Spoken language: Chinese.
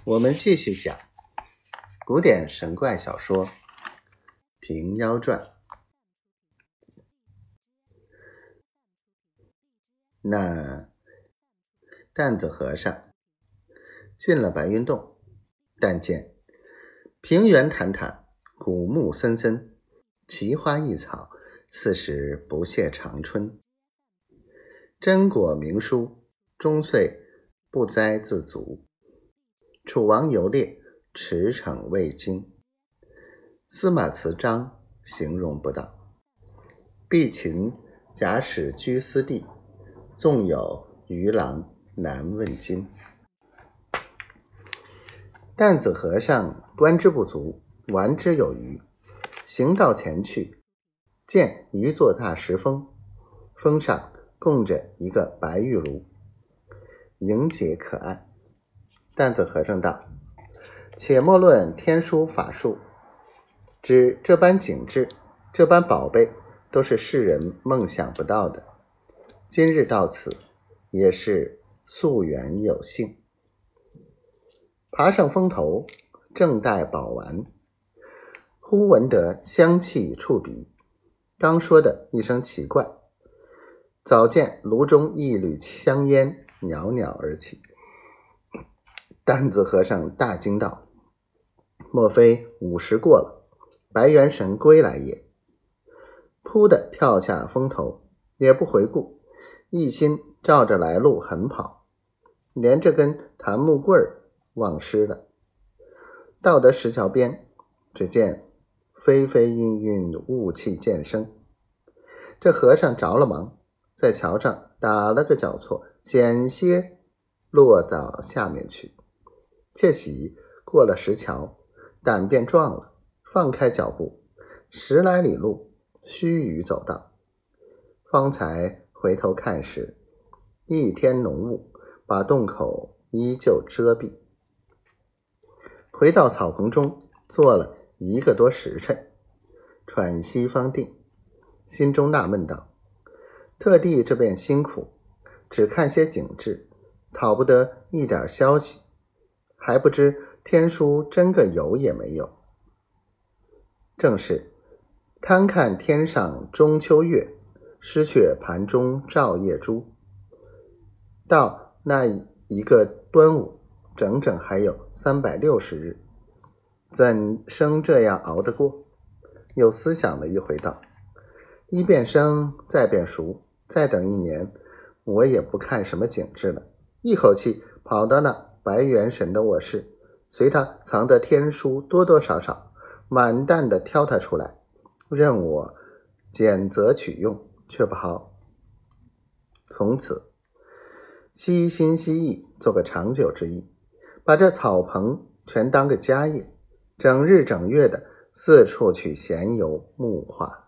我们继续讲古典神怪小说《平妖传》。那担子和尚进了白云洞，但见平原坦坦，古木森森，奇花异草，似是不谢长春。真果明书，终岁不哉自足。楚王游猎，驰骋未经。司马辞章，形容不到。毕秦假使居斯地，纵有鱼郎难问津。担子和尚观之不足，玩之有余，行到前去，见一座大石峰，峰上供着一个白玉炉，莹洁可爱。担子和尚道：且莫论天书法术，只这般景致，这般宝贝，都是世人梦想不到的。今日到此，也是夙缘有幸。爬上峰头，正待饱玩，忽闻得香气触鼻，刚说的一声奇怪，早见炉中一缕香烟袅袅而起。担子和尚大惊道：莫非午时过了，白元神归来也？扑的跳下峰头，也不回顾，一心照着来路横跑，连这根檀木棍忘失了。到得石桥边，只见飞飞晕晕，雾气渐生。这和尚着了忙，在桥上打了个脚错，险些落到下面去。窃喜过了石桥，胆便壮了，放开脚步，10来里路须臾走到。方才回头看时，一天浓雾把洞口依旧遮蔽。回到草棚中，坐了1个多时辰，喘息方定，心中纳闷道：特地这便辛苦，只看些景致，讨不得一点消息，还不知天书真个有也没有。正是贪看天上中秋月，失却盘中照夜珠。到那一个端午，整整还有360日，怎生这样熬得过？又思想了一回道：一变生，再变熟，再等1年，我也不看什么景致了，一口气跑到那白元神的卧室，随他藏的天书多多少少，满担的挑他出来，任我拣择取用，却不好。从此悉心悉意，做个长久之意，把这草棚全当个家业，整日整月的四处去闲游木化。